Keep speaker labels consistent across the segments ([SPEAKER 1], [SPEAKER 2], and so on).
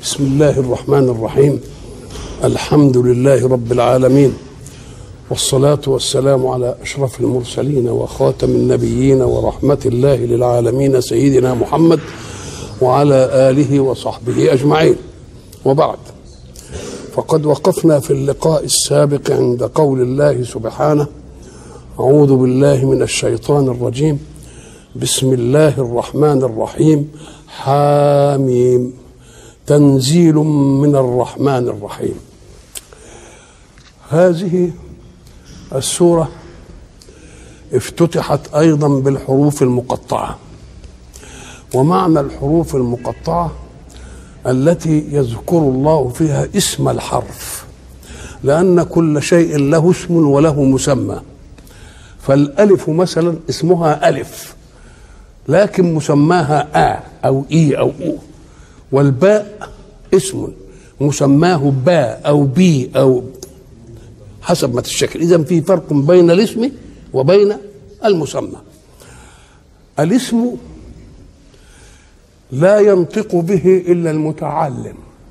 [SPEAKER 1] بسم الله الرحمن الرحيم. الحمد لله رب العالمين، والصلاة والسلام على أشرف المرسلين وخاتم النبيين ورحمة الله للعالمين سيدنا محمد وعلى آله وصحبه أجمعين، وبعد. فقد وقفنا في اللقاء السابق عند قول الله سبحانه: أعوذ بالله من الشيطان الرجيم، بسم الله الرحمن الرحيم، حاميم، تنزيل من الرحمن الرحيم. هذه السورة افتتحت أيضا بالحروف المقطعة، ومعنى الحروف المقطعة التي يذكر الله فيها اسم الحرف، لأن كل شيء له اسم وله مسمى. فالألف مثلا اسمها ألف، لكن مسماها آ أو إي أو أو، والباء اسم مسماه باء أو بي أو حسب ما تشكل. إذن في فرق بين الاسم وبين المسمى. الاسم لا ينطق به إلا المتعلم،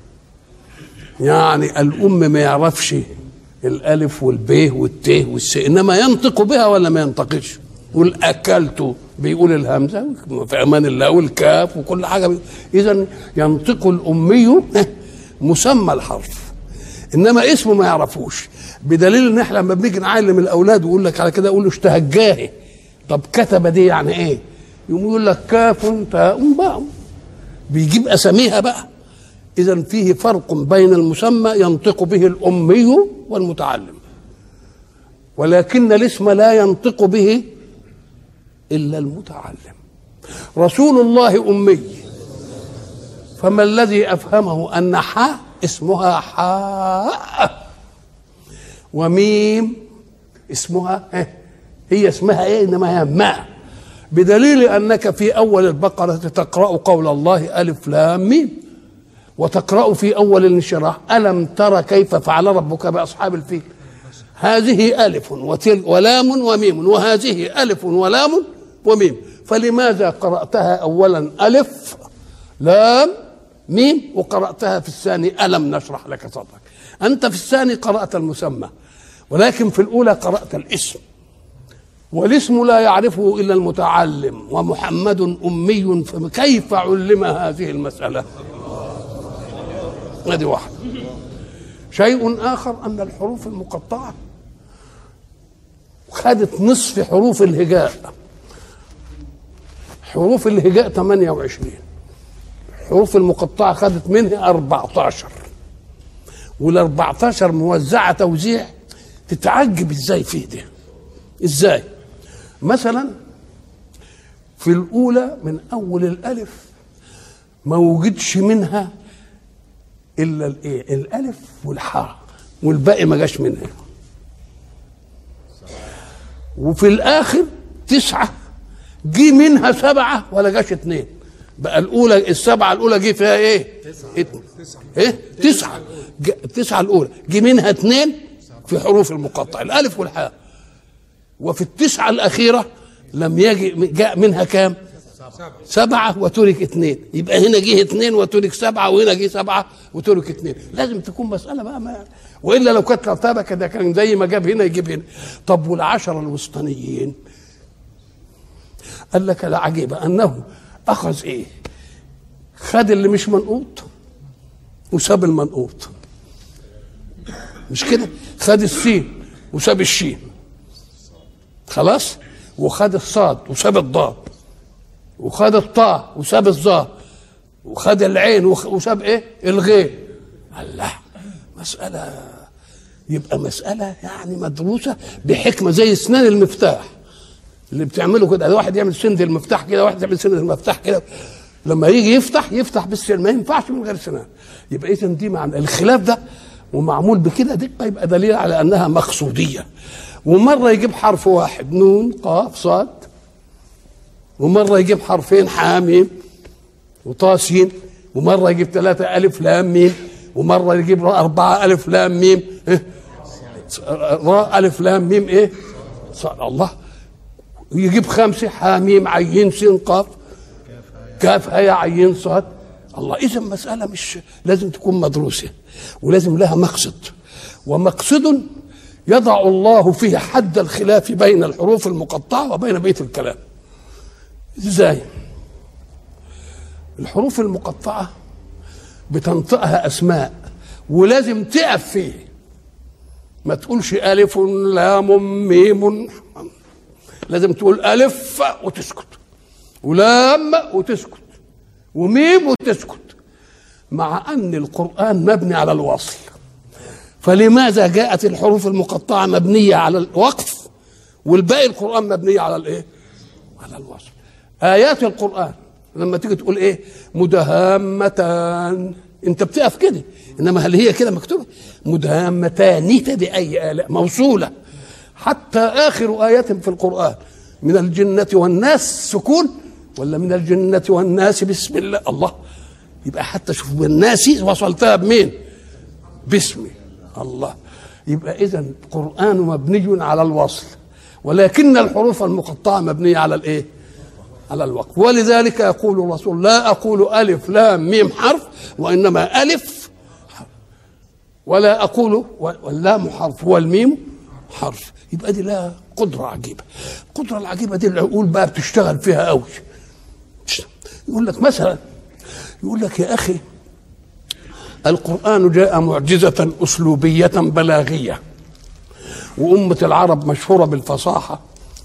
[SPEAKER 1] يعني الأم ما يعرفش الألف والب والت والس، إنما ينطق بها ولا ما ينطقش. يقول أكلت بيقول الهمزة في أمان الله والكاف وكل حاجة. إذن ينطق الأمي مسمى الحرف، إنما اسمه ما يعرفوش. بدليل إن إحنا لما بنيجي نعلم الأولاد ويقول لك على كده، أقول له اشتهجاه. طب كتب دي يعني إيه؟ يقول لك كاف تاء باء، بيجيب أساميها بقى. إذن فيه فرق بين المسمى ينطق به الأمي والمتعلم، ولكن الاسم لا ينطق به إلا المتعلم. رسول الله أمي، فما الذي أفهمه أن حاء اسمها حاء، وميم اسمها هي اسمها إيه؟ إنما هي ماء. بدليل أنك في أول البقرة تقرأ قول الله ألف لام ميم، وتقرأ في أول الانشراح ألم تر كيف فعل ربك بأصحاب الفيل. هذه ألف ولام وميم، وهذه ألف ولام وميم. فلماذا قرأتها أولا ألف لام ميم، وقرأتها في الثاني ألم نشرح لك صدرك؟ أنت في الثاني قرأت المسمى، ولكن في الأولى قرأت الاسم، والاسم لا يعرفه إلا المتعلم، ومحمد أمي، فكيف علم هذه المسألة؟ هذه واحدة. شيء آخر أن الحروف المقطعة خدت نصف حروف الهجاء. حروف الهجاء 28، الحروف المقطعة خدت منها 14، وال14 موزعة توزيع تتعجب ازاي فيه ده. ازاي؟ مثلا في الأولى من أول الألف ما وجدش منها إلا الإيه؟ الألف والحاء، والباقي ما جاش منها. وفي الآخر 9 جي منها 7 ولا جاش 2. بقى الأولى السبعة الأولى جي فيها إيه؟ 9. 9 الأولى جي منها 2 في حروف المقطع، الألف والحاء. وفي 9 الأخيرة لم يجي، جاء منها كام؟ 7 وترك 2. يبقى هنا جه 2 وترك 7، وهنا جه 7 وترك 2. لازم تكون مسألة بقى وإلا لو كانت رتابة كده كان زي ما جاب هنا يجيب هنا. طب وال10 الوسطانيين؟ قال لك لا عجيب أنه أخذ إيه؟ خد اللي مش منقوط وساب المنقوط، مش كده؟ خد السين وساب الشين، خلاص؟ وخد الصاد وساب الضاد، وخد الطاء وساب الظاء، وخد العين وساب ايه؟ الغين. الله، مسألة، يبقى مسألة يعني مدروسة بحكمة، زي اسنان المفتاح اللي بتعمله كده. واحد يعمل سند المفتاح كده، واحد يعمل سند المفتاح كده، لما يجي يفتح بالسن ما ينفعش من غير سنان. يبقى اذا دي معنى الخلاف ده ومعمول بكده دقة، يبقى دليل على انها مقصودية. ومرة يجيب حرف واحد نون قاف صاد، ومرة يجيب حرفين حاميم وطاسين، ومرة يجيب 3 ألف لام ميم، ومرة يجيب 4 ألف لام ميم راء ألف لام ميم إيه؟ الله. يجيب 5 حاميم عين سين قاف كاف هيا عين صاد. الله. اذا مساله مش لازم تكون مدروسه، ولازم لها مقصد، ومقصد يضع الله فيه حد الخلاف بين الحروف المقطعه وبين بقيه الكلام. ازاي؟ الحروف المقطعه بتنطقها اسماء ولازم تقف فيه، ما تقولش الف لام ميم، لازم تقول الف وتسكت، ولام وتسكت، وميم وتسكت، مع ان القران مبني على الوصل. فلماذا جاءت الحروف المقطعه مبنيه على الوقف والباقي القران مبنيه على الايه؟ على الوصل. ايات القران لما تيجي تقول ايه؟ مدهامتان، انت بتقف كده، انما هل هي كده مكتوبه؟ مدهامتان تدي اي آلاء موصوله. حتى اخر ايات في القران من الجنه والناس سكون، ولا من الجنه والناس بسم الله؟ الله. يبقى حتى شوف بالناس وصلتها بمين؟ باسمي الله. يبقى اذا القران مبني على الوصل، ولكن الحروف المقطعه مبنيه على الايه؟ على الوقف. ولذلك يقول الرسول: لا اقول الف لام ميم حرف، وانما الف حرف، ولا اقول واللام حرف والميم حرف. يبقى دي لها قدره عجيبه. القدره العجيبه دي العقول بقى بتشتغل فيها قوي. يقول لك مثلا، يقول لك يا اخي القرآن جاء معجزة أسلوبية بلاغية، وأمة العرب مشهورة بالفصاحة،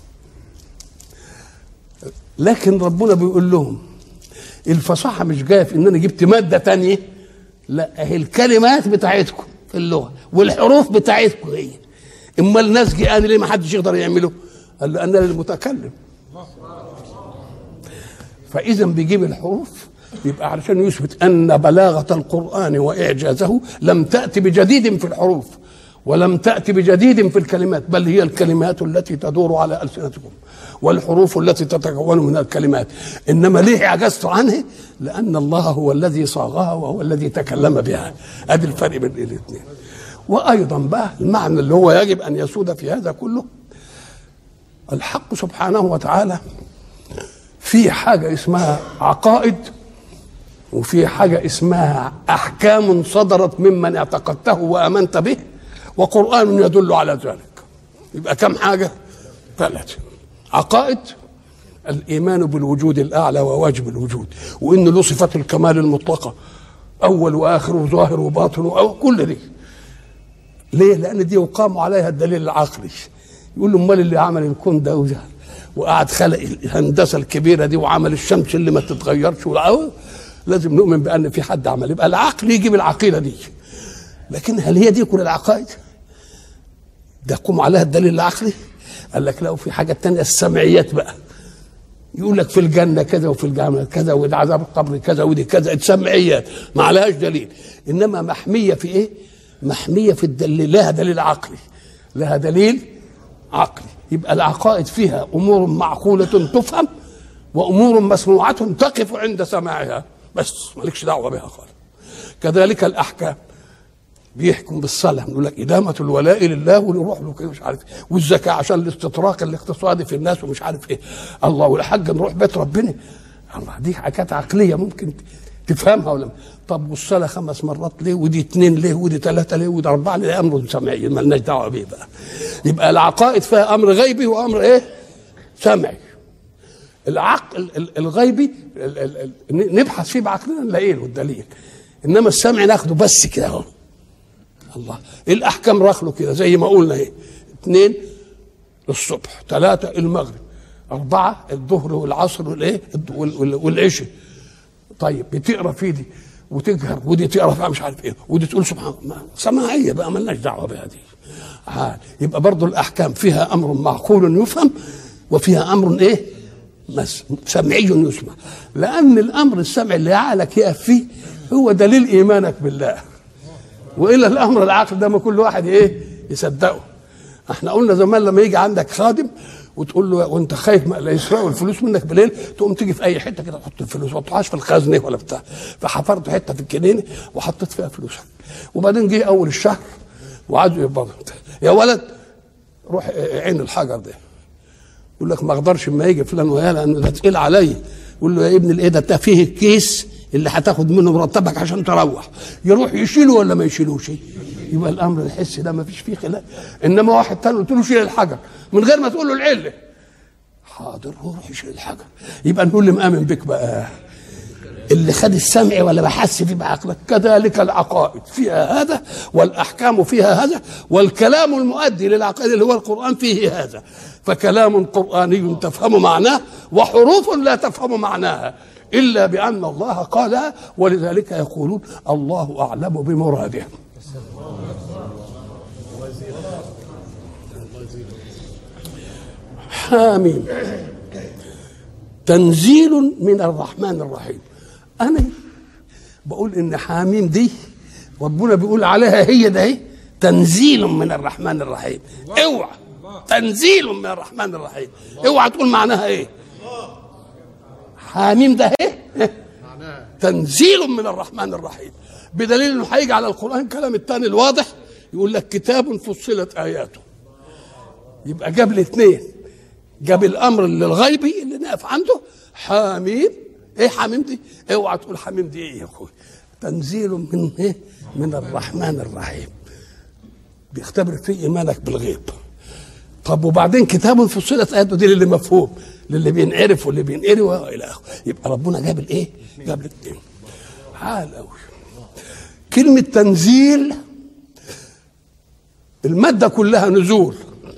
[SPEAKER 1] لكن ربنا بيقول لهم الفصاحة مش جاية في إن أنا جبت مادة تانية، لا، هي الكلمات بتاعتكم في اللغة والحروف بتاعتكم هي. إما الناس جاءني ليه ما حدش يقدر يعمله؟ قال له: أنا للمتكلم. فإذا بيجيب الحروف يبقى علشان يثبت أن بلاغة القرآن وإعجازه لم تأتي بجديد في الحروف، ولم تأتي بجديد في الكلمات، بل هي الكلمات التي تدور على ألسنتكم والحروف التي تتكون من الكلمات. إنما ليه عجزت عنه؟ لأن الله هو الذي صاغها وهو الذي تكلم بها. أدي الفرق بين الاثنين. وأيضا بقى المعنى اللي هو يجب أن يسود في هذا كله، الحق سبحانه وتعالى في حاجة اسمها عقائد، وفي حاجة اسمها أحكام صدرت ممن اعتقدته وآمنت به، وقرآن يدل على ذلك. يبقى كم حاجة؟ 3. عقائد: الإيمان بالوجود الأعلى وواجب الوجود، وإن له صفات الكمال المطلقة، أول وآخر وظاهر وباطن أو كل دي. ليه؟ لأن دي يقام عليها الدليل العقلي. يقول له: أمال اللي عمل الكون ده وقعد خلق الهندسة الكبيرة دي وعمل الشمس اللي ما تتغيرش لازم نؤمن بأن في حد عمل. يبقى العقل يجيب العقيدة دي. لكن هل هي دي كل العقائد؟ ده يقوم عليها الدليل العقلي؟ قال لك لا، وفي حاجة تانية، السمعيات بقى. يقول لك في الجنة كذا وفي الجنة كذا وده عذاب القبر كذا ودي كذا، السمعيات ما عليهاش دليل، إنما محمية في إيه؟ محمية في الدليل، لها دليل عقلي، لها دليل عقلي. يبقى العقائد فيها أمور معقولة تفهم، وأمور مسموعة تقف عند سماعها، بس مالكش دعوة بها خالص. كذلك الأحكام، بيحكم بالصلاة، يقول لك إدامة الولاء لله ونروح له كده مش عارف، والزكاة عشان الاستطراق الاقتصادي في الناس ومش عارف إيه، الله، والحج نروح بيت ربنا، الله، دي حاجات عقلية ممكن تفهمها ولا. طب والصلاة 5 مرات ليه؟ ودي 2 ليه؟ ودي 3 ليه؟ ودي 4 ليه؟ أمر سمعي مالناش دعوة بيه بقى. يبقى العقائد فيها أمر غيبي وأمر إيه؟ سمعي. العقل الغيبي نبحث فيه بعقلنا نلاقيه له الدليل، انما السمع ناخده بس كده اهو. الله، الاحكام رخله كده زي ما قلنا ايه: 2 الصبح، 3 المغرب، 4 الظهر والعصر والايه والعشاء. طيب بتقرا في دي وتجهر، ودي تقرا فيها مش عارف ايه، ودي تقول سبحان الله، سماعيه بقى مالناش دعوه بها دي. يبقى برضو الاحكام فيها امر معقول يفهم، وفيها امر ايه؟ سمعي يسمع. لأن الأمر السمعي اللي عقلك يقف فيه هو دليل إيمانك بالله، وإلا الأمر العقل ده ما كل واحد إيه يصدقه. احنا قلنا زمان لما يجي عندك خادم وتقول له وانت خايف لا يسرقوا الفلوس منك بالليل، تقوم تيجي في اي حته كده تحط الفلوس، ما تحطهاش في الخزنه ولا بتاع، فحفرت حته في الجنينه وحطيت فيها فلوسك. وبعدين جه اول الشهر وقعدوا يقبضوا: يا ولد روح عين الحجر ده. يقول لك ما اقدرش اما يجي فلان ويا لانه ده تقيل عليا. يقول له: يا ابن الايه ده فيه كيس اللي هتاخد منه مرتبك عشان تروح، يروح يشيله ولا ما يشيلوش؟ يبقى الامر الحسي ده ما فيش فيه خلاف. انما واحد تاني قلت له شيل الحجر من غير ما تقول له العله، حاضر هو يروح يشيل الحجر. يبقى نقول اللي مآمن بك بقى اللي خد السمع ولا بحس فيه بعقلك. كذلك العقائد فيها هذا، والاحكام فيها هذا، والكلام المؤدي للعقائد اللي هو القران فيه هذا. فكلام قراني تفهم معناه، وحروف لا تفهم معناها الا بان الله قالها، ولذلك يقولون الله اعلم بمراده. حاميم تنزيل من الرحمن الرحيم. أنا بقول إن حاميم دي ربنا بيقول عليها هي ده اهي تنزيل من الرحمن الرحيم. اوعى تنزيل من الرحمن الرحيم، اوعى تقول معناها ايه. حاميم ده ايه؟ تنزيل من الرحمن الرحيم، بدليل انه هيجي على القرآن كلام الثاني الواضح يقول لك كتاب فصلت آياته. يبقى جاب الاثنين، جاب الامر للغيبي اللي نقف عنده حاميم. ايه حاميم دي؟ اوعى تقول حاميم دي ايه يا اخوي. تنزيل من ايه؟ من الرحمن الرحيم، بيختبر فيه ايمانك بالغيب. طب وبعدين كتاب فصلت اياته دي اللي مفهوم، للي بينعرف واللي بينقري والى اخره. يبقى ربنا جاب الايه؟ جاب الاثنين. حال قوي. كلمه تنزيل الماده كلها نزول،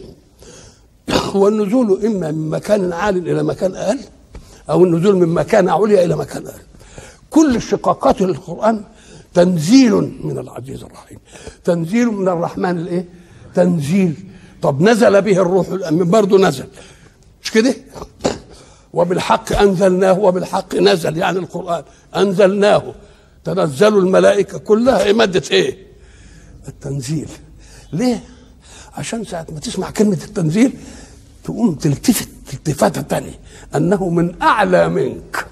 [SPEAKER 1] والنزول اما من مكان عال الى مكان اقل، او النزول من مكان عليا الى مكان اقل. كل الشقاقات القران تنزيل من العزيز الرحيم، تنزيل من الرحمن الايه؟ تنزيل. طب نزل به الروح الامين برضه نزل، مش كده؟ وبالحق انزلناه وبالحق نزل، يعني القران انزلناه تنزل الملائكه كلها ماده ايه؟ التنزيل. ليه؟ عشان ساعه ما تسمع كلمه التنزيل تقوم تلتفت التفاته تانية انه من اعلى منك،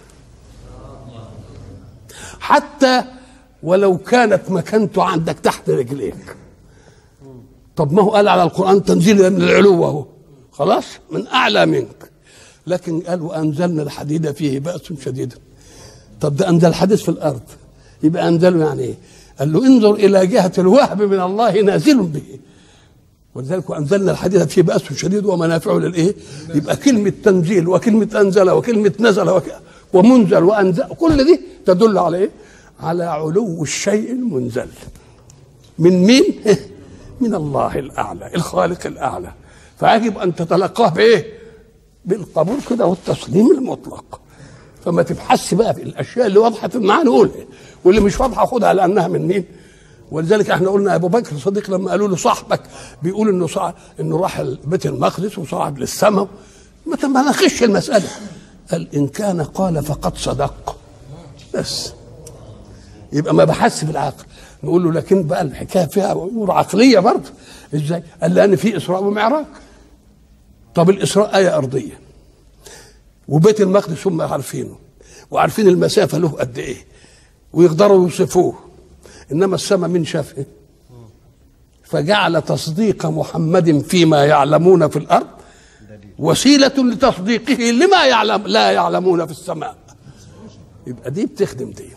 [SPEAKER 1] حتى ولو كانت مكانته عندك تحت رجليك. طب ما هو قال على القرآن تنزيل من العلو اهو، خلاص من أعلى منك. لكن قال وأنزلنا الحديد فيه بأس شديد. طب ده أنزل الحديد في الأرض، يبقى أنزله يعني إيه؟ قال له انظر إلى جهة الوهب من الله نازل به، ولذلك وأنزلنا الحديد فيه بأس شديد ومنافع للإيه؟ يبقى كلمة تنزيل وكلمة أنزل وكلمة نزل ومنزل وأنزل كل دي تدل على إيه؟ على علو الشيء المنزل. من مين؟ من الله الأعلى، الخالق الأعلى. فيجب أن تتلقاه بإيه؟ بالقبول كده والتسليم المطلق. فما تبحثش بقى في الأشياء اللي وضحت المعاني قولها، واللي مش واضحة خدها لأنها من مين؟ ولذلك احنا قلنا أبو بكر الصديق لما قالوا له صاحبك بيقول إنه راح بيت المقدس وصعد للسماء، ما تناقشش المسألة. قال إن كان قال فقد صدق، بس يبقى ما بحثش بالعقل. نقول له لكن بقى الحكايه فيها امور عقليه برضه. ازاي؟ قال لان في اسراء ومعراج. طب الاسراء ايه ارضيه، وبيت المقدس هم عارفينه وعارفين المسافه له قد ايه ويقدروا يوصفوه، انما السماء من شاف ايه؟ فجعل تصديق محمد فيما يعلمون في الارض وسيله لتصديقه لما لا يعلمون في السماء. يبقى دي بتخدم دي.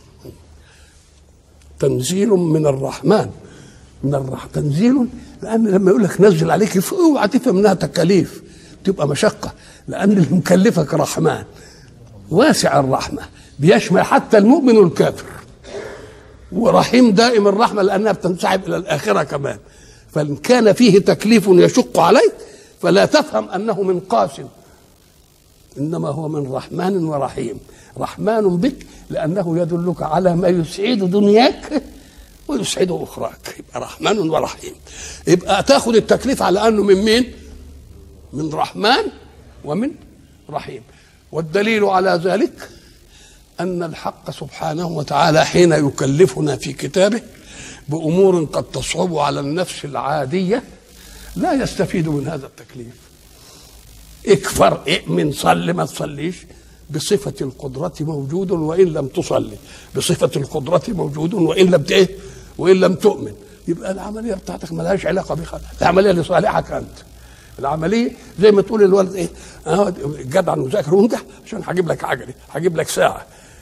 [SPEAKER 1] تنزيل من الرحمن، تنزيل. لان لما يقول لك نزل عليك اوعى تفهم انها تكاليف تبقى مشقه، لان اللي مكلفك رحمن واسع الرحمه بيشمل حتى المؤمن والكافر، ورحيم دائم الرحمه لانها بتنسحب الى الاخره كمان. فان كان فيه تكليف يشق عليك فلا تفهم انه من قاس، انما هو من رحمن ورحيم. رحمن بك لأنه يدلك على ما يسعد دنياك ويسعد أخراك، يبقى رحمن ورحيم. يبقى تاخذ التكليف على أنه من مين؟ من رحمن ومن رحيم. والدليل على ذلك أن الحق سبحانه وتعالى حين يكلفنا في كتابه بأمور قد تصعب على النفس العادية لا يستفيد من هذا التكليف. اكفر، اؤمن، صل، ما تصليش، بصفة القدرة موجود وإن لم تصلي، بصفة القدرة موجود وإن لم تؤمن. يبقى العملية بتاعتك ملهاش علاقة بخير، العملية لصالحك أنت. العملية زي ما تقول الولد إيه؟ جدع وذاكر وانجح عشان هجيب لك عجلة، هجيب لك ساعة.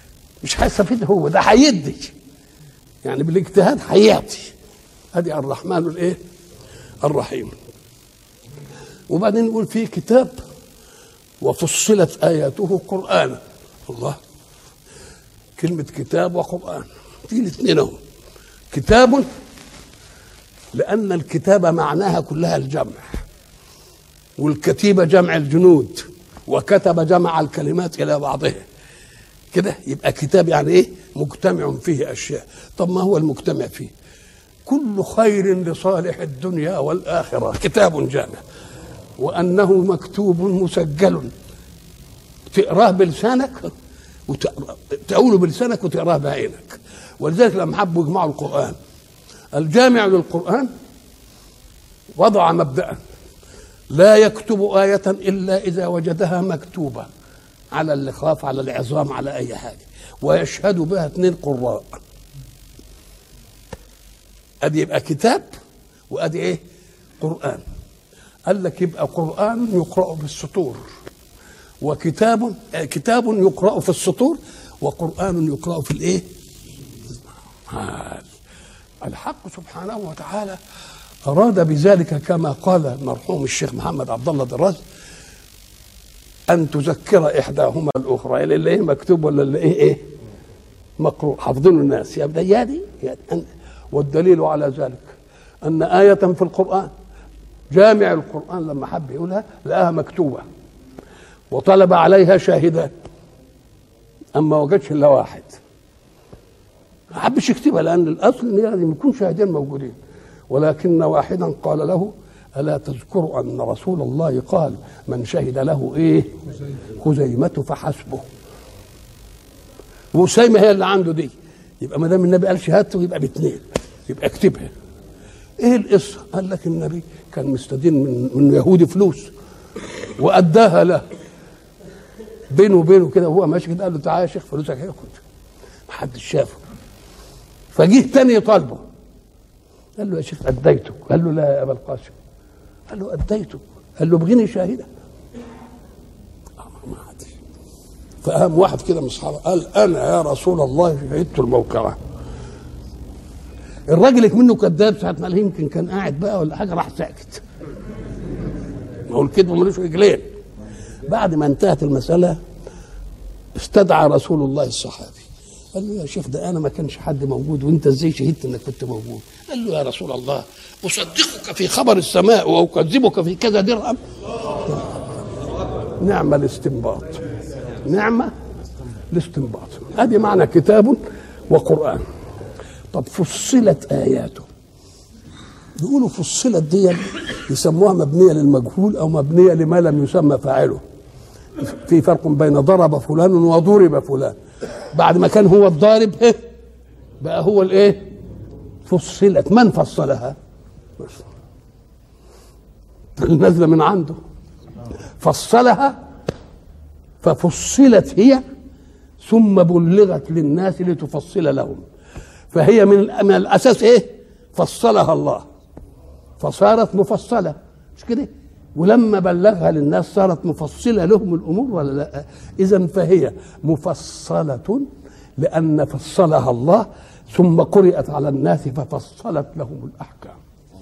[SPEAKER 1] مش هيستفيد هو، ده هيدي يعني بالاجتهاد هيعطي. ادي الرحمن الايه الرحيم. وبعدين نقول فيه كتاب وفصلت اياته قرانا. الله، كلمه كتاب وقران في الاثنين اهو. كتاب لان الكتابه معناها كلها الجمع، والكتيبه جمع الجنود، وكتب جمع الكلمات الى بعضها كده، يبقى كتاب يعني ايه؟ مجتمع فيه اشياء. طب ما هو المجتمع فيه؟ كل خير لصالح الدنيا والاخره كتاب جامع، وانه مكتوب مسجل تقراه بلسانك وتقوله بلسانك وتقراه بعينك. ولذلك لما حبوا يجمعوا القران، الجامع للقران وضع مبدأ: لا يكتب آية إلا إذا وجدها مكتوبة على اللخاف، على العظام، على أي حاجة، ويشهد بها 2 قراء. أدي يبقى كتاب، وأدي إيه؟ قرآن. قال لك يبقى قرآن يقرأ بالسطور، وكتاب يقرأ في السطور، وقرآن يقرأ في الإيه؟ الحق سبحانه وتعالى أراد بذلك كما قال المرحوم الشيخ محمد عبد الله دراز: أن تذكر إحداهما الأخرى، اللي إيه مكتوب ولا اللي إيه مقروء، حافظين الناس يا بديادي. والدليل على ذلك أن آية في القرآن جامع القرآن لما حب يقولها لقاها مكتوبة وطلب عليها شاهدان، أما وجدش إلا واحد، ما حبش يكتبها لأن الأصل إن لازم يكون شاهدين موجودين، ولكن واحدا قال له: ألا تذكر أن رسول الله قال من شهد له إيه؟ خزيمة فحسبه. وأسيمة هي اللي عنده دي، يبقى ما دام النبي قال شهادته يبقى ب2، يبقى اكتبها. إيه القصة؟ قال لك النبي كان مستدين من يهودي فلوس وأداها له، بينه وبينه كده وهو ماشي كده، قال له: تعالى يا شيخ فلوسك هي، خد. محدش شافه، فجيه تاني يطالبه، قال له: يا شيخ أديتك. قال له: لا يا أبا القاسم. قال له: أديتك. قال له: ابغيني شاهدا. ما عادش. فقام واحد كده من أصحابه قال: أنا يا رسول الله شهدت الموقعة. الراجل منه كذاب، ساعة ما يمكن كان قاعد بقى ولا حاجة راح ساكت. ما هو الكذب ملوش رجلين. بعد ما انتهت المسألة استدعى رسول الله الصحابي، قال له: يا شيخ ده انا ما كانش حد موجود، وانت ازاي شهدت انك كنت موجود؟ قال له: يا رسول الله اصدقك في خبر السماء واكذبك في كذا درهم؟ نعم الاستنباط، نعم الاستنباط. ادي معنى كتاب وقرآن. طب فصلت اياته، بيقولوا فصلت دي يسموها مبنيه للمجهول او مبنيه لما لم يسمى فاعله. في فرق بين ضرب فلان وضرب فلان. بعد ما كان هو الضارب بقى هو الايه؟ فصلت. من فصلها؟ نازله من عنده، فصلها ففصلت هي ثم بلغت للناس لتفصل لهم. فهي من الاساس ايه؟ فصلها الله فصارت مفصله، مش كده؟ ولما بلغها للناس صارت مفصله لهم الامور ولا لا؟ اذا فهي مفصله لان فصلها الله ثم قرئت على الناس ففصلت لهم الاحكام.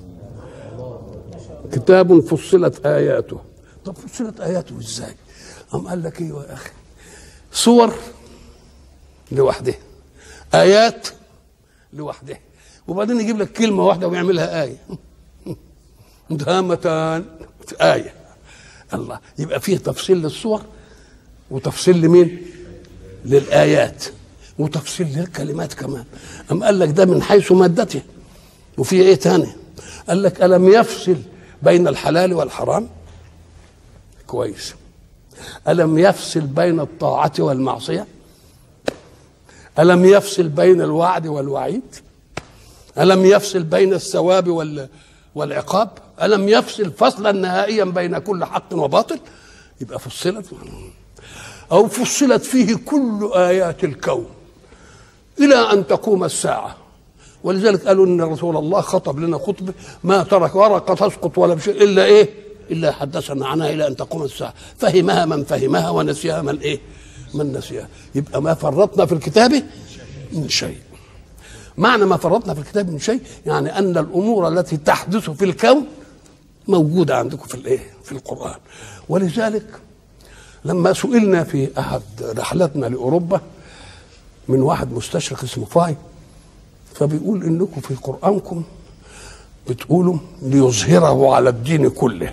[SPEAKER 1] كتاب فصلت اياته. طب فصلت اياته ازاي؟ قام قال لك: ايوه يا اخي، صور لوحدها، ايات لوحدها، وبعدين يجيب لك كلمه واحده ويعملها ايه مدهامتان آية. الله، يبقى فيه تفصيل للصور وتفصيل لمين؟ للآيات، وتفصيل للكلمات كمان. أم قال لك ده من حيث مادته. وفيه ايه تاني؟ قال لك: ألم يفصل بين الحلال والحرام؟ كويس. ألم يفصل بين الطاعة والمعصية؟ ألم يفصل بين الوعد والوعيد؟ ألم يفصل بين الثواب والعقاب؟ ألم يفصل فصلا نهائيا بين كل حق وباطل؟ يبقى فصلت. أو فصلت فيه كل آيات الكون إلى أن تقوم الساعة. ولذلك قالوا إن رسول الله خطب لنا خطبة ما ترك ورقة تسقط ولا بشيء إلا إيه؟ إلا حدثنا عنها إلى أن تقوم الساعة. فهمها من فهمها ونسيها من إيه؟ من نسيها. يبقى ما فرطنا في الكتاب من شيء. معنى ما فرطنا في الكتاب من شيء يعني ان الامور التي تحدث في الكون موجوده عندكم في الايه؟ في القران. ولذلك لما سئلنا في احد رحلاتنا لاوروبا من واحد مستشرق اسمه فاي، فبيقول انكم في قرانكم بتقولوا ليظهره على الدين كله،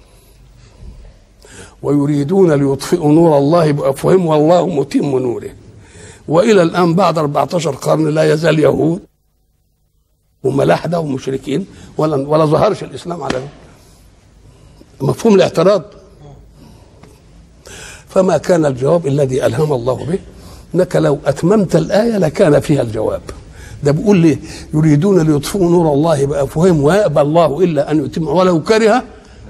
[SPEAKER 1] ويريدون ليطفئوا نور الله بافواههم والله متم نوره، والى الان بعد 14 قرن لا يزال يهود وملاحده ومشركين ولا ظهرش الاسلام على مفهوم الاعتراض. فما كان الجواب الذي الهم الله به انك لو اتممت الايه لكان فيها الجواب. ده بيقول لي يريدون ليطفئوا نور الله بافواههم ويأبى الله الا ان يتم ولو كره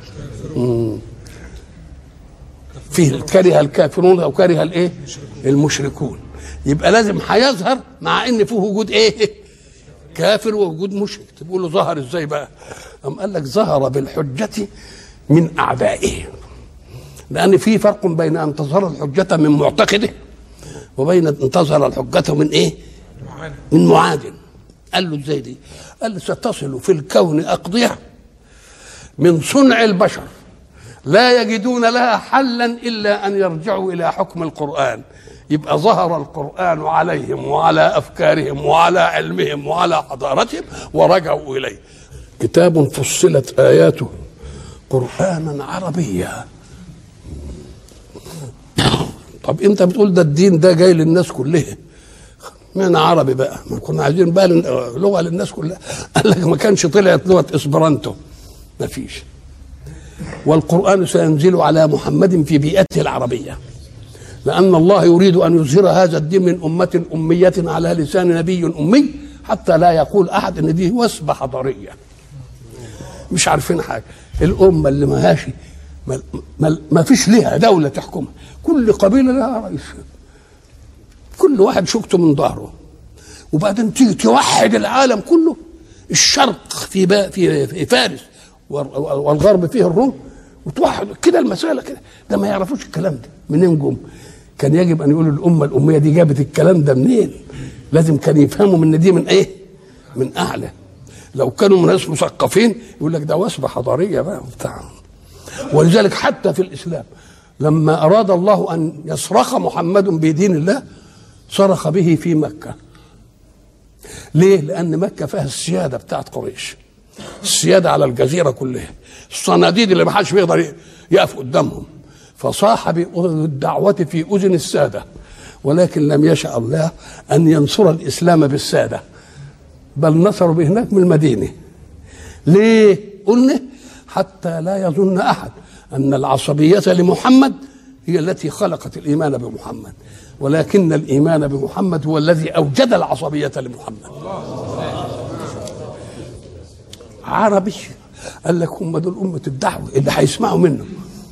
[SPEAKER 1] فيه كره الكافرون او كره الايه؟ المشركون. يبقى لازم هيظهر مع ان فيه وجود ايه؟ كافر ووجود مشرك. تقول له ظهر ازاي بقى؟ قام قال لك ظهر بالحجه من اعدائه، لان في فرق بين ان تظهر الحجه من معتقده وبين ان تظهر الحجه من ايه؟ من معاد. قال له ازاي دي؟ قال له ستصل في الكون اقضيه من صنع البشر لا يجدون لها حلا الا ان يرجعوا الى حكم القران. يبقى ظهر القران عليهم وعلى افكارهم وعلى علمهم وعلى حضارتهم ورجعوا اليه. كتاب فصلت اياته قرانا عربيا. طب انت بتقول ده الدين ده جاي للناس كلها، معنى عربي بقى؟ ما كنا عايزين بقى لغه للناس كلها. قال لك ما كانش طلعت لغه اسبرانتو، ما فيش. والقرآن سينزل على محمد في بيئته العربية، لأن الله يريد أن يظهر هذا الدين من أمة أمية على لسان نبي أمي، حتى لا يقول أحد أن دي وثبة حضارية مش عارفين حاجة. الأمة اللي ما فيش لها دولة تحكمها، كل قبيلة لها رئيس، كل واحد شوكته من ظهره، وبعدين تيجي توحد العالم كله. الشرق في فارس والغرب فيه الروم، وتوحد كده المسألة كده. ده ما يعرفوش الكلام ده منين جم. كان يجب ان يقولوا الامه الاميه دي جابت الكلام ده منين. لازم كان يفهموا من دي من ايه؟ من اعلى. لو كانوا من ناس مثقفين يقول لك ده وثبه حضاريه بقى بتاع. ولذلك حتى في الاسلام لما اراد الله ان يصرخ محمد بدين الله صرخ به في مكه. ليه؟ لان مكه فيها السياده بتاعت قريش، السياده على الجزيره كلها، الصناديد اللي ما حدش بيقدر يقف قدامهم. فصاح بالدعوه في اذن الساده، ولكن لم يشاء الله ان ينصر الاسلام بالساده، بل نصروا به هناك من المدينه. ليه؟ قلنا حتى لا يظن احد ان العصبيه لمحمد هي التي خلقت الايمان بمحمد، ولكن الايمان بمحمد هو الذي اوجد العصبيه لمحمد. عربي قال لك هم دول امه الدعوه اللي هيسمعوا منه،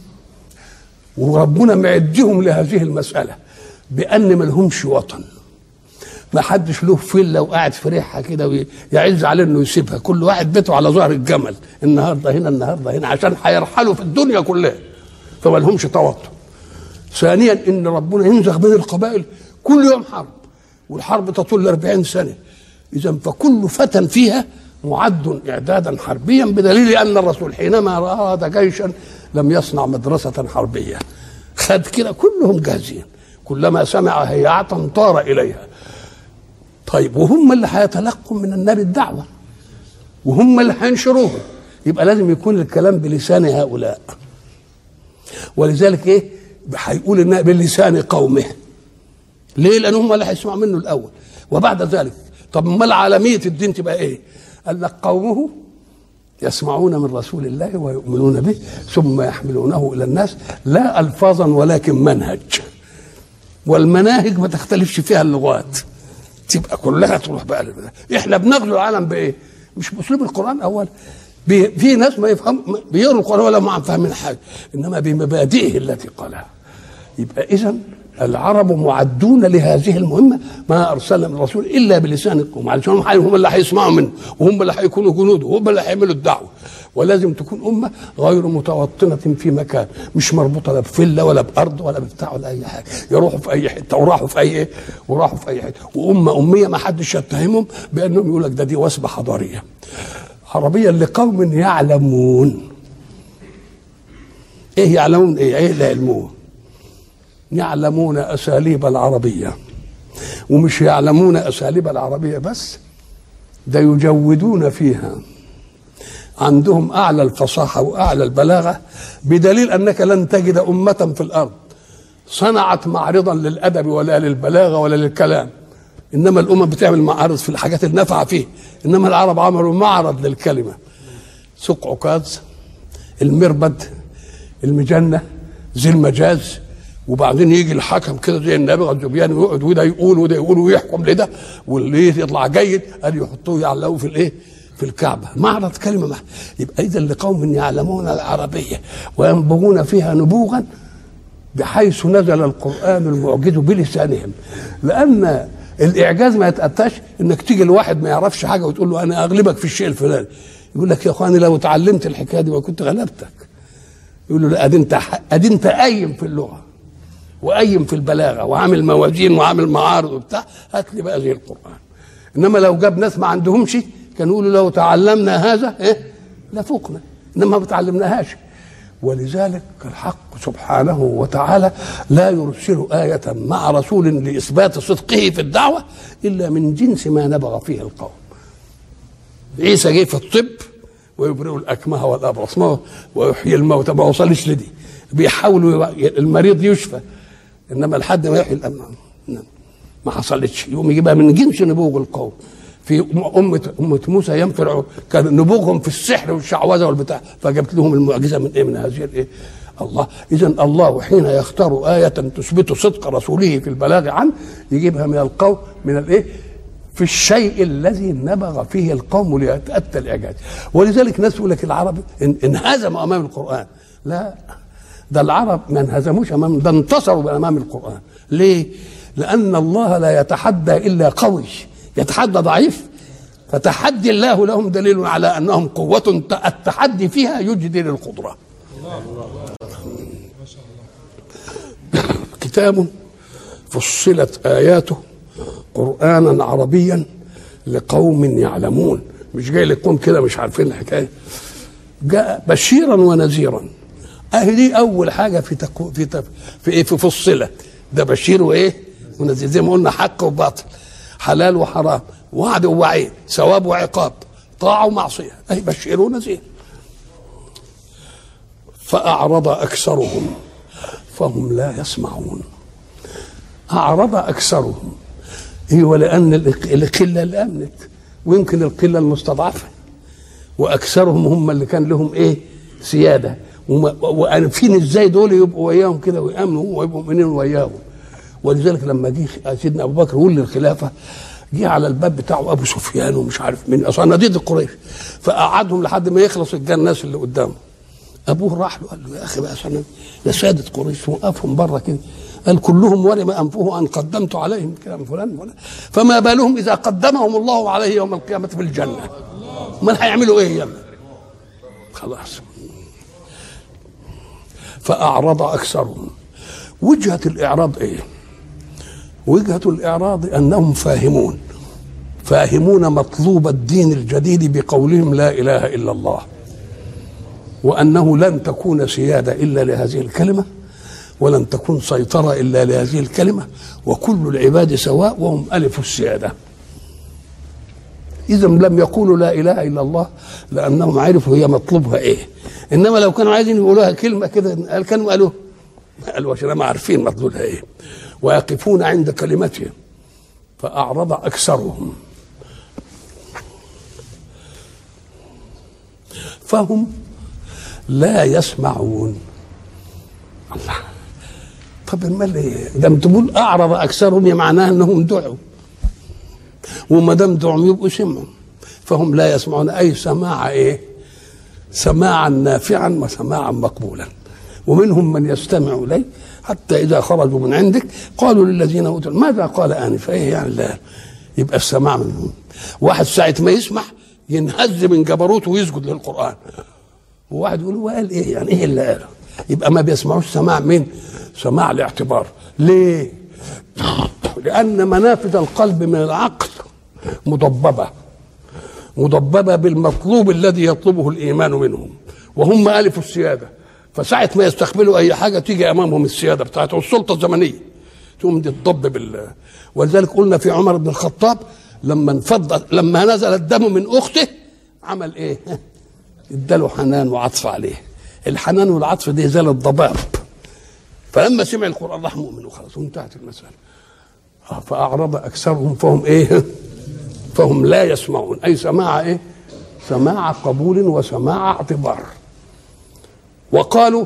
[SPEAKER 1] وربنا معدهم لهذه المساله بان ما لهمش وطن، ما حدش له فيلا وقاعد في ريحه كده ويعز عليه انه يسيبها، كل واحد بيته على ظهر الجمل، النهارده هنا النهارده هنا، عشان هيرحلوا في الدنيا كلها، فما لهمش توطن. ثانيا ان ربنا ينزغ بين القبائل كل يوم حرب، والحرب تطول 40 سنه، اذا فكل فتى فيها معد اعدادا حربيا، بدليل ان الرسول حينما اراد جيشا لم يصنع مدرسه حربيه، خد كده كلهم جاهزين، كلما سمع هيعه طار اليها. طيب وهم اللي هيتلقوا من النبي الدعوه وهم اللي هينشروها، يبقى لازم يكون الكلام بلسان هؤلاء. ولذلك ايه هيقول انها بلسان قومه. ليه؟ لان هم اللي هيسمعوا منه الاول، وبعد ذلك طب امال عالميه الدين تبقى ايه؟ قال لك قومه يسمعون من رسول الله ويؤمنون به ثم يحملونه الى الناس لا الفاظا ولكن منهج، والمناهج ما تختلفش فيها اللغات، تبقى كلها تروح بقى. احنا بنغزو العالم بايه؟ مش باسلوب القران اول. في ناس ما يفهم بيقروا القران ولا ما عم فاهمين حاجه، انما بمبادئه التي قالها. يبقى اذا العرب معدون لهذه المهمه، ما ارسلنا من رسول الا بلسان القوم، علشان هم اللي هيسمعوا منه، وهم اللي هيكونوا جنوده، وهم اللي هيعملوا الدعوه.
[SPEAKER 2] ولازم تكون أمة غير متوطنة في مكان، مش مربوطة لا بفلة ولا بأرض ولا بتاع ولا أي حاجة، يروحوا في أي حتة وراحوا في أي وراحوا في أي حتة، وأمة أمية ما حدش يتهمهم بأنهم يقول لك دي وثبة حضارية عربية لقوم يعلمون. إيه يعلمون؟ إيه لا يعلمون؟ يعلمون أساليب العربية، ومش يعلمون أساليب العربية بس، ده يجودون فيها، عندهم أعلى الفصاحة وأعلى البلاغة، بدليل أنك لن تجد أمة في الأرض صنعت معرضا للأدب ولا للبلاغة ولا للكلام، إنما الأمم بتعمل معارض في الحاجات النافعة فيه، إنما العرب عملوا معرض للكلمة، سوق عكاظ، المربد، المجنة، ذي المجاز، وبعدين يجي الحكم كده زي النابغه الزبياني ويقعد وده يقول وده يقول ويحكم لده، واللي يطلع جيد قال يحطوه يعلقوه في الايه؟ في الكعبه، معرض كلمه يبقى اذا لقوم يعلمون العربيه وينبغون فيها نبوغا، بحيث نزل القران المعجز بلسانهم. لان الاعجاز ما يتاتاش انك تيجي لواحد ما يعرفش حاجه وتقول له انا اغلبك في الشيء الفلاني، يقول لك يا اخواني لو اتعلمت الحكايه دي وكنت غلبتك. يقول له لا، ادي انت قايم في اللغه وقيم في البلاغه وعامل موازين وعامل معارض وبتاع، هات لي بقى زي القران. انما لو جاب ناس ما عندهمش كانوا يقولوا لو تعلمنا هذا لفوقنا، انما ما بتعلمناهاش. ولذلك الحق سبحانه وتعالى لا يرسل آية مع رسول لإثبات صدقه في الدعوة إلا من جنس ما نبغ فيه القوم. عيسى جه في الطب ويبرئ الأكمه والأبرص ويحيي الموتى، ما وصلش لدي، بيحاولوا المريض يشفى، انما لحد ما يحيي الامن ما حصلتش. يقوم يجيبها من جنس نبوغ القوم. في أمة موسى ينفع كان نبوغهم في السحر والشعوذة والبتاع، فجبت لهم المعجزة من من هذه الله. إذا الله حين يختار آية تثبت صدق رسوله في البلاغ عنه يجيبها من القوم من في الشيء الذي نبغ فيه القوم ليتأتى الإعجاز. ولذلك ناس يقول لك العرب انهزموا أمام القرآن. لا، ده العرب ما انهزموش امام، ده انتصروا امام القران. ليه؟ لان الله لا يتحدى الا قوي، يتحدى ضعيف، فتحدي الله لهم دليل على انهم قوه التحدي فيها يجدي للقدره. كتاب فصلت اياته قرانا عربيا لقوم يعلمون، مش جاي لقوم كده مش عارفين الحكايه، جاء بشيرا ونذيرا. دي اول حاجه في فصلت، ده بشير ونذير، زي ما قلنا حق وباطل، حلال وحرام، وعد ووعيد، ثواب وعقاب، طاعه ومعصيه، بشير ونذير. فاعرض اكثرهم فهم لا يسمعون. اعرض اكثرهم، ولان القله اللي امنت، ويمكن القله المستضعفه، واكثرهم هم اللي كان لهم سياده، وعارفين ازاي دول يبقوا وياهم كده ويامنوا ويبقوا مؤمنين وياهم. ولذلك لما جه سيدنا ابو بكر ولي الخلافه، جه على الباب بتاعه ابو سفيان ومش عارف مين، صناديد قريش، فقعدهم لحد ما يخلص الناس اللي قدامه. ابوه راح له قال له يا اخي بقى يا ساده قريش، وقفهم بره كده، قال كلهم ورم انفه ان قدمت عليهم كلام فلان، فما بالهم اذا قدمهم الله عليه يوم القيامه في الجنه، امال هيعملوا ايه يلا؟ خلاص. فأعرض أكثرهم. وجهة الإعراض وجهة الإعراض أنهم فاهمون مطلوب الدين الجديد بقولهم لا إله إلا الله، وأنه لن تكون سيادة إلا لهذه الكلمة، ولن تكون سيطرة إلا لهذه الكلمة، وكل العباد سواء وهم ألف السيادة. إذا لم يقولوا لا إله إلا الله لأنهم عرفوا هي مطلوبها إنما لو كانوا عايزين يقولوها كلمة كده كانوا قالوا عشان ما عارفين مطلوبها ويقفون عند كلمتهم. فأعرض أكثرهم فهم لا يسمعون. الله، طب امال ده تقول اعرض اكثرهم معناها انهم دعوا، وما دام دعوا يبقوا سمعوا، فهم لا يسمعون، اي سماع سماعا نافعا وسماعا مقبولا. ومنهم من يستمع اليه حتى اذا خرجوا من عندك قالوا للذين اوتوا ماذا قال انفا، يعني لا يبقى السماع منهم. واحد ساعه ما يسمع ينهز من جبروته ويسجد للقران، وواحد يقول هو قال ايه؟ يعني ايه اللي قاله؟ يبقى ما بيسمعوش سماع مين؟ سماع الاعتبار. ليه؟ لأن منافذ القلب من العقل مضببة بالمطلوب الذي يطلبه الإيمان منهم، وهم ألف السيادة، فساعة ما يستقبلوا أي حاجة تيجي أمامهم السيادة بتاعته والسلطة الزمنية تقوم دي تضب ولذلك قلنا في عمر بن الخطاب لما نزل الدم من أخته عمل إيه؟ اداله حنان وعطف عليه. الحنان والعطف دي زال الضباب، فلما سمع القرآن راح مؤمن وخلاص وانتهت المسألة. فأعرض أكثرهم فهم إيه؟ فهم لا يسمعون، أي سماع إيه؟ سماع قبول وسماع اعتبار. وقالوا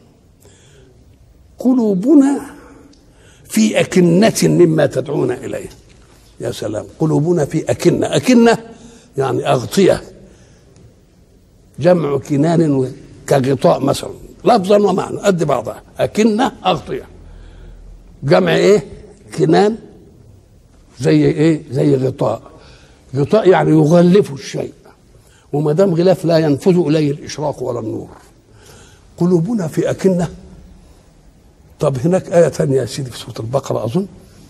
[SPEAKER 2] قلوبنا في أكنة مما تدعون إليه. يا سلام، قلوبنا في أكنة يعني أغطية، جمع كنان كغطاء مثلا، لفظا ومعنى قد بعضها. أكنة أغطية، جمع إيه؟ كنان، زي إيه؟ زي غطاء يعني يغلف الشيء، وما دام غلاف لا ينفذ إليه الإشراق ولا النور. قلوبنا في أكنة. طب هناك آية ثانية يا سيدي في سورة البقرة أظن،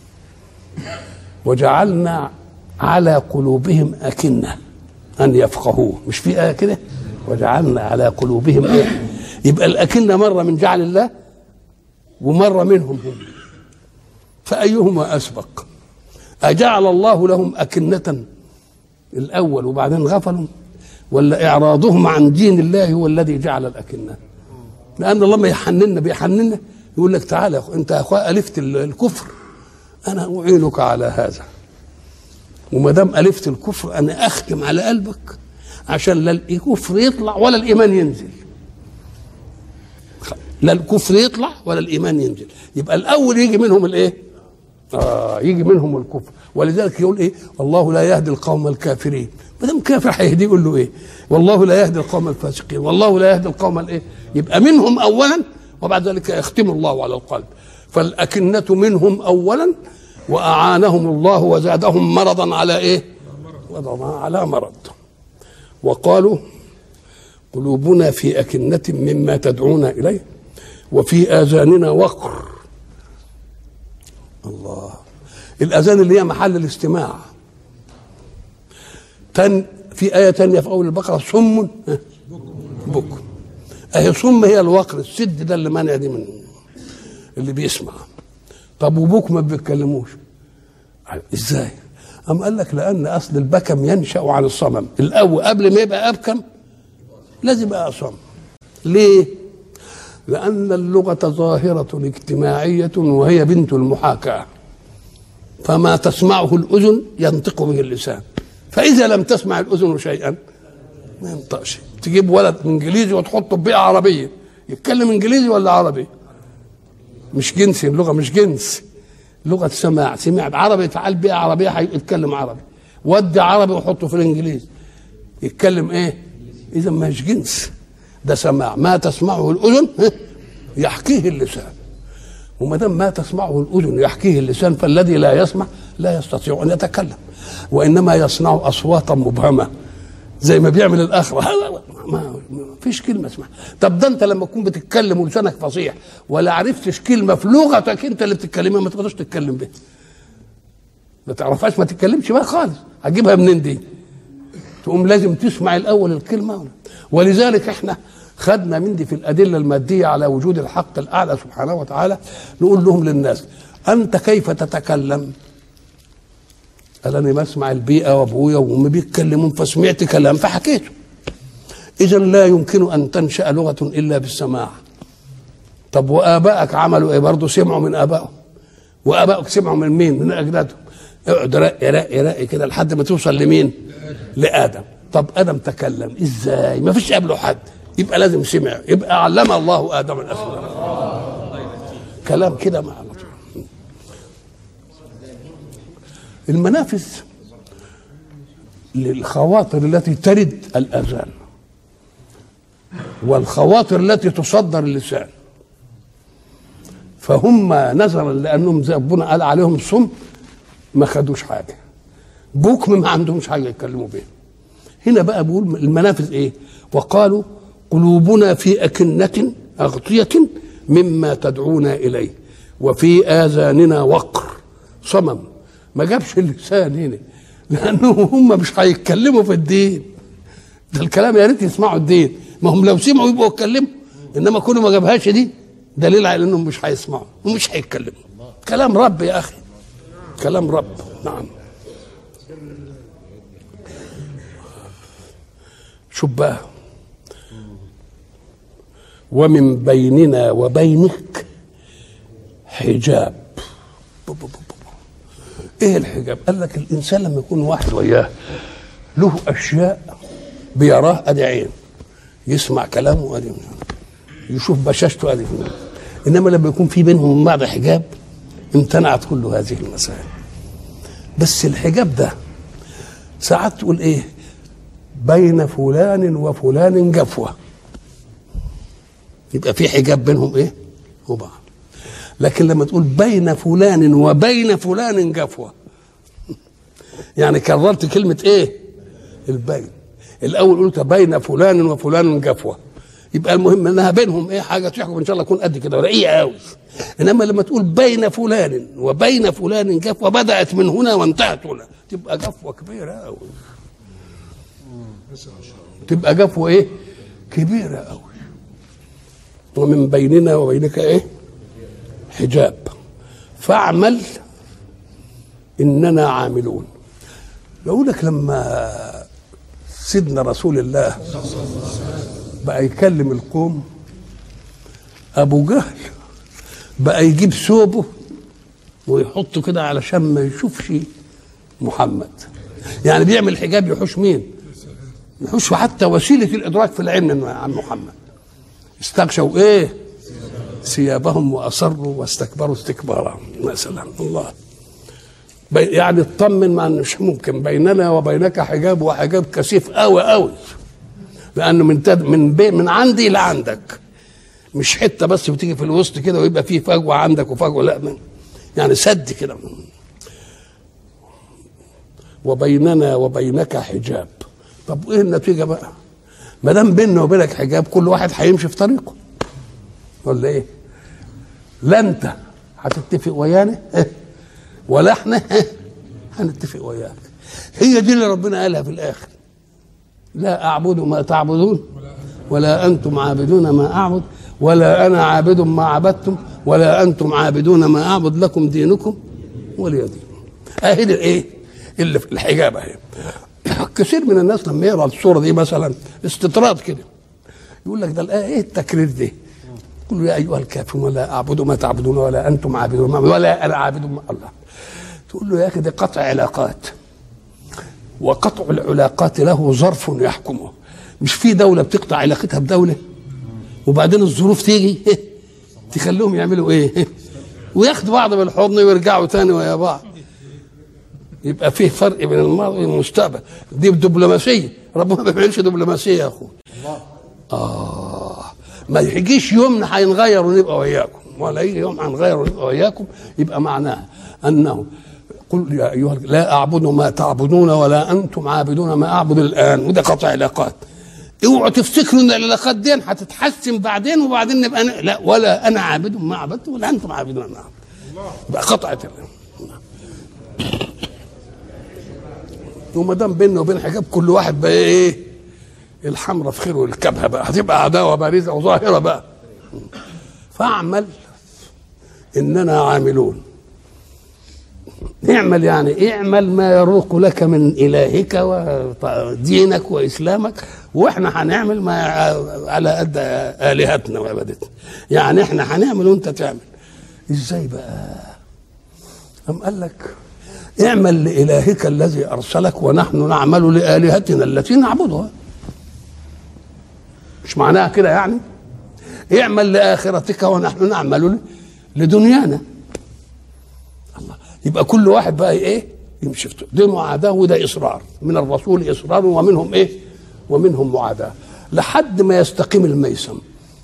[SPEAKER 2] وجعلنا على قلوبهم أكنة أن يفقهوه. مش في آية كده؟ وجعلنا على قلوبهم إيه؟ يبقى الأكنة مرة من جعل الله ومرة منهم هم، فأيهما أسبق؟ أجعل الله لهم أكنة الأول وبعدين غفلوا، ولا إعراضهم عن دين الله هو الذي جعل الأكنة؟ لأن الله ما بيحننا يقول لك تعالى أنت يا أخويا ألفت الكفر، أنا أعينك على هذا، وما دام ألفت الكفر أنا أختم على قلبك عشان لا الكفر يطلع ولا الإيمان ينزل. لا الكفر يطلع ولا الإيمان ينزل. يبقى الأول يجي منهم الإيه؟ يجي منهم الكفر. ولذلك يقول إيه؟ والله لا يهدي القوم الكافرين. ما دام كافر هيهديه يقول له إيه؟ والله لا يهدي القوم الفاسقين، والله لا يهدي القوم الإيه؟ يبقى منهم أولا وبعد ذلك يختم الله على القلب. فالأكنة منهم أولا وأعانهم الله وزادهم مرضا على إيه؟ على مرض. وقالوا قلوبنا في أكنة مما تدعون إليه وفي آذاننا وقر. الله، الأذان اللي هي محل الاستماع. في آية تانية في أول البقرة صم بكم. أهي صم هي الوقر، السد ده اللي مانع دي من اللي بيسمع. طب وبكم ما بيتكلموش ازاي؟ أم قال لك لأن أصل البكم ينشأ عن الصمم. الأول قبل ما يبقى أبكم لازم يبقى أصم. ليه؟ لأن اللغة ظاهرة اجتماعية وهي بنت المحاكاة، فما تسمعه الأذن ينطق به اللسان، فإذا لم تسمع الأذن شيئا ما ينطقش. تجيب ولد إنجليزي وتحطه ببيئة عربية يتكلم إنجليزي ولا عربي؟ مش جنسي، اللغة مش جنس، لغة سماع. سمع عربي تعال بيئة عربية هيتكلم عربي، ودي عربي وحطه في الإنجليزي يتكلم إيه؟ إذا مش جنس، ده سماع. ما تسمعه الأذن يحكيه اللسان، وما دام ما تسمعه الأذن يحكيه اللسان فالذي لا يسمع لا يستطيع أن يتكلم، وإنما يصنع أصواتا مبهمة زي ما بيعمل الآخر. ما فيش كلمة اسمها. طب ده أنت لما تكون بتتكلم ولسانك فصيح ولا عرفتش كلمة في لغتك أنت اللي بتتكلمها ما تقدرش تتكلم بها، ما تعرفهاش ما تتكلمش بقى خالص. هتجيبها منين دي؟ تقوم لازم تسمع الأول الكلمة. ولذلك احنا خدنا من دي في الأدلة المادية على وجود الحق الأعلى سبحانه وتعالى. نقول لهم للناس أنت كيف تتكلم؟ قال أنا بسمع البيئة وأبويا وأمي بيتكلمون فسمعت كلام فحكيته. إذا لا يمكن أن تنشأ لغة إلا بالسماع. طب وآبائك عملوا إيه؟ برضه سمعوا من آبائهم، وآبائك سمعوا من مين؟ من أجدادهم. اقعد رقي كده لحد ما توصل لمين؟ لآدم. طب آدم تكلم إزاي؟ ما فيش قبله حد، يبقى لازم سمع، يبقى علم الله آدم الأسماء. كلام كده مع الله. المنافذ للخواطر التي ترد الأذان والخواطر التي تصدر اللسان، فهم نظرا لأنهم زي ربنا قال عليهم صم ما خدوش حاجة، بكم ما عندهمش حاجة يتكلموا بيها. هنا بقى بقول المنافذ إيه؟ وقالوا قلوبنا في أكنة أغطية مما تدعونا إليه وفي آذاننا وقر. صمم، ما جابش اللسان هنا لأنه هم مش هيتكلموا في الدين، ده الكلام يا ريت يسمعوا الدين، ما هم لو سمعوا يبقوا يتكلموا، إنما كونه ما جابهاش دي دليل على إنهم مش هيسمعوا ومش هيتكلموا. كلام رب يا أخي، كلام رب. نعم. شوف بقى، ومن بيننا وبينك حجاب. ايه الحجاب؟ قال لك الانسان لما يكون واحد وياه له اشياء بيراه ادي عين، يسمع كلامه ادي، يشوف بشاشته ادي، انما لما يكون في بينهم وبين بعض حجاب امتنعت كل هذه المسائل. بس الحجاب ده ساعات تقول ايه؟ بين فلان وفلان جفوه، يبقى في حجاب بينهم ايه وبعض. لكن لما تقول بين فلان وبين فلان جفوه، يعني كررت كلمه ايه؟ البين. الاول قلت بين فلان وفلان جفوه، يبقى المهم انها بينهم ايه؟ حاجه تحكم ان شاء الله تكون قد كده رقيقه قوي. انما لما تقول بين فلان وبين فلان جفوه، بدات من هنا وانتهت هنا، تبقى جفوه كبيره قوي، تبقى جفوه ايه؟ كبيره قوي. ومن بيننا وبينك ايه؟ حجاب فاعمل اننا عاملون. بقول لك لما سيدنا رسول الله بقى يكلم القوم، ابو جهل بقى يجيب ثوبه ويحطه كده علشان ما يشوفش محمد، يعني بيعمل حجاب يحوش مين؟ يحوش حتى وسيله الادراك في العلم عن محمد. استغشوا ايه؟ ثيابهم واصروا واستكبروا استكبارا مثلا. الله يعني اطمن، مع مش ممكن بيننا وبينك حجاب، وحجاب كثيف قوي قوي، لانه من عندي لعندك، مش حته بس بتيجي في الوسط كده ويبقى فيه فجوه عندك وفجوه، لا يعني سد كده. وبيننا وبينك حجاب. طب ايه النتيجه بقى؟ ما دام بيننا وبينك حجاب، كل واحد هيمشي في طريقه ولا ايه؟ لا انت هتتفق ويانا ولا احنا هنتفق وياك. هي دي اللي ربنا قالها في الاخر: لا اعبد ما تعبدون ولا انتم عابدون ما اعبد ولا انا عابد ما عبدتم ولا انتم عابدون ما اعبد، لكم دينكم ولي دين. اهي دي الايه اللي في الحجاب اهي. كثير من الناس لما يقرا الصوره دي مثلا استطراد كده يقول لك ده الايه ايه التكرير دي؟ قل يا ايها الكافرون ولا اعبد ما تعبدون ولا انتم عابدون ما ولا انا عابد ما الله. تقول له يا اخي ده قطع علاقات، وقطع العلاقات له ظرف يحكمه. مش في دوله بتقطع علاقتها بدوله وبعدين الظروف تيجي تخليهم يعملوا ايه؟ وياخدوا بعض بالحضن ويرجعوا تاني ويا بعض. يبقى فيه فرق بين الماضي والمستقبل. دي دبلوماسيه، ربنا ما بيعملش دبلوماسيه يا اخوي. ما يجيش يومنا هينغير ونبقى وياكم، ولا يجي يوم هنغير ونبقى وياكم. يبقى معناه انه قل يا ايها لا اعبد ما تعبدون ولا انتم عابدون ما اعبد الان، وده قطع علاقات. اوعوا تفتكروا ان العلاقات دي هتتحسن بعدين وبعدين نبقى لا، ولا انا عابد ما عبدتم ولا انتم عابدون ما عبدتم. بقى قطعت. وما دام بيننا وبين حجاب، كل واحد بقى ايه؟ الحمرة في خير والكبهة بقى هتبقى عداوة بارزة وظاهرة بقى. فاعمل اننا عاملون. اعمل يعني اعمل ما يروق لك من الهك ودينك واسلامك، واحنا هنعمل ما على قد الهتنا وعبادتنا. يعني احنا هنعمل وانت تعمل. ازاي بقى؟ أم قال لك اعمل لإلهك الذي أرسلك ونحن نعمل لآلهتنا التي نعبدها. مش معناها كده يعني؟ اعمل لآخرتك ونحن نعمل لدنيانا. الله. يبقى كل واحد بقى ايه؟ يمشي في دي معاداة وده إصرار من الرسول، إصرار ومنهم ايه؟ ومنهم معاداة، لحد ما يستقيم الميسم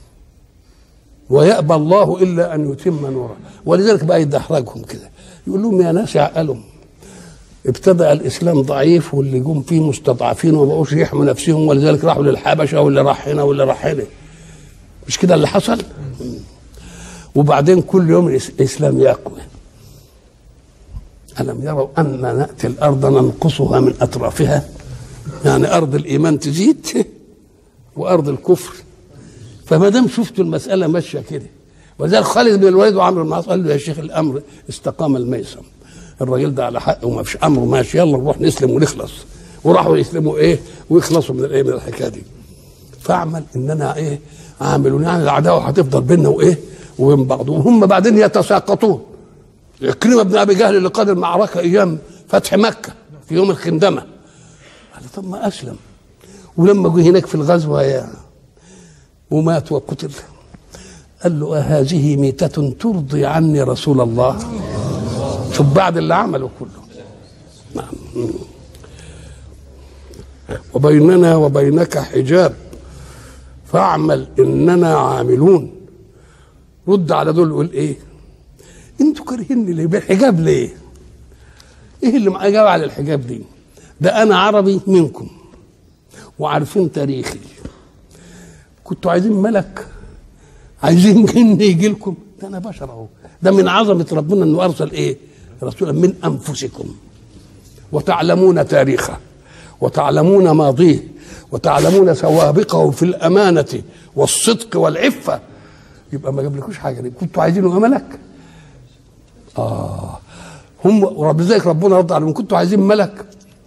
[SPEAKER 2] ويأبى الله إلا أن يتم نوره. ولذلك بقى يدحرجهم كده، يقول لهم يا ناس عقلهم،
[SPEAKER 1] ابتدأ الإسلام ضعيف واللي جم فيه مستضعفين وما بقوش يحموا نفسهم، ولذلك راحوا للحبشة واللي راح هنا واللي راح هنا. مش كده اللي حصل؟ وبعدين كل يوم الإسلام يقوى. ألم يروا أن نأتي الأرض ننقصها من أطرافها، يعني أرض الإيمان تزيد وأرض الكفر. فما دام شفتوا المسألة ماشية كده، ولذلك خالد بن الوليد وعمرو بن العاص قال له يا شيخ الأمر استقام الميسم، الراجل ده على حق وما فيش أمره ماشي، يلا نروح نسلم ونخلص. وراحوا يسلموا إيه ويخلصوا من الإيه من الحكاية دي. فاعمل إننا إيه عاملون، يعني العداوة هتفضل بيننا وإيه وبين بعض، وهم بعدين يتساقطون. عكرمة بن أبي جهل اللي قاد المعركة أيام فتح مكة في يوم الخندمة قال طب ما أسلم، ولما جه هناك في الغزوة ومات وقتل قال له هذه ميتة ترضي عني رسول الله. شوف بعد اللي عمله كله. نعم. وبيننا وبينك حجاب فاعمل إننا عاملون. رد على دول قول إيه انتوا كارهيني ليه بالحجاب؟ ليه؟ ايه اللي جاب على الحجاب دي؟ ده انا عربي منكم وعارفين تاريخي، كنتوا عايزين ملك، عايزين جن يجي لكم، ده انا بشر اهو. ده من عظمه ربنا انه ارسل ايه؟ رسولا من انفسكم وتعلمون تاريخه وتعلمون ماضيه وتعلمون سوابقه في الامانه والصدق والعفه. يبقى ما جابلكوش حاجه دي، كنتوا عايزينه ملك. هم ولذلك ربنا رد عليهم كنتوا عايزين ملك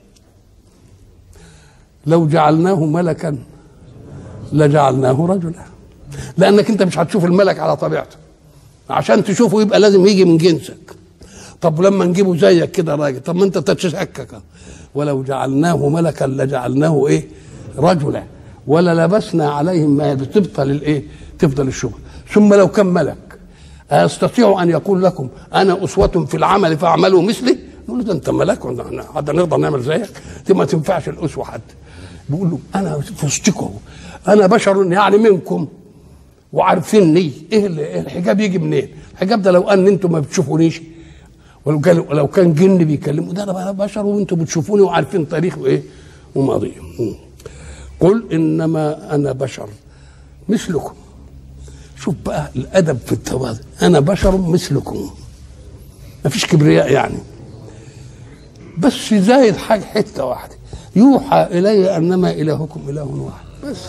[SPEAKER 1] لو جعلناه ملكا لجعلناه رجلا، لانك انت مش هتشوف الملك على طبيعته، عشان تشوفه يبقى لازم يجي من جنسك. طب لما نجيبه زيك كده راجل، طب ما انت تتشكك. ولو جعلناه ملكا لجعلناه ايه رجلا ولا لبسنا عليهم ما يلبس. تبطل الايه؟ تفضل الشبهه. ثم لو كان ملك أستطيع أن يقول لكم أنا أسوة في العمل فاعملوا مثلي؟ نقول له ده أنت ملاك حتى نقدر نعمل زيك؟ دي ما تنفعش الأسوة حد. بيقول له أنا في وسطكم، أنا بشر يعني منكم وعارفيني. إيه الحجاب يجي منين؟ الحجاب ده لو أن أنتم ما بتشوفونيش، ولو كان جن بيكلموا، ده أنا بشر وأنتم بتشوفوني وعارفين تاريخ وإيه وماضي. قل إنما أنا بشر مثلكم. شوف بقى الادب في التواضع، انا بشر مثلكم، ما فيش كبرياء يعني، بس زايد حاجه حته واحده، يوحى الي انما الهكم اله واحد بس.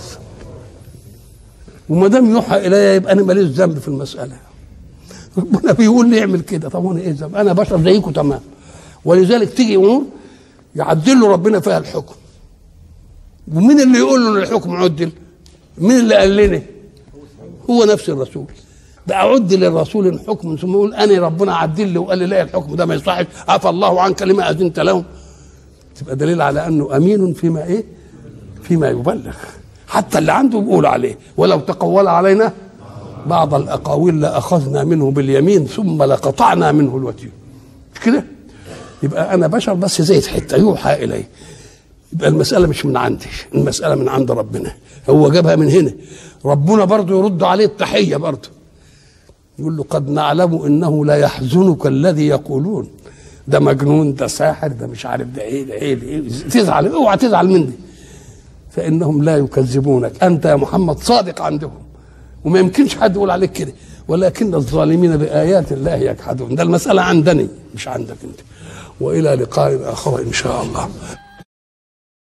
[SPEAKER 1] وما دام يوحى الي يبقى انا ماليش ذنب في المساله. ربنا بيقول لي اعمل كده، طب وانا ايه ذنب؟ انا بشر زيكم تمام. ولذلك تيجي امور يعدل له ربنا فيها الحكم، ومين اللي يقول له الحكم عدل؟ مين اللي قال لنا؟ هو نفس الرسول. ده اعد للرسول الحكم ثم يقول انا ربنا عدل لي وقال لي لا الحكم ده ما يصحش، عفى الله عنك لما اذنت لهم. تبقى دليل على انه امين فيما ايه؟ فيما يبلغ. حتى اللي عنده بيقول عليه ولو تقول علينا بعض الاقاويل لاخذنا منه باليمين ثم لقطعنا منه الوتين. مش كده؟ يبقى انا بشر بس زي حته يوحى الي. يبقى المساله مش من عندي، المساله من عند ربنا، هو جابها من هنا. ربنا برضه يرد عليه التحيه برضه، يقول له قد نعلم انه لا يحزنك الذي يقولون، ده مجنون، ده ساحر، ده مش عارف، ده ايه ده ايه ده ايه. تزعل، اوعى تزعل من دي، فانهم لا يكذبونك، انت يا محمد صادق عندهم وما يمكنش حد يقول عليك كده، ولكن الظالمين بايات الله يجحدون. ده المساله عندني مش عندك انت. والى لقاء اخر ان شاء الله.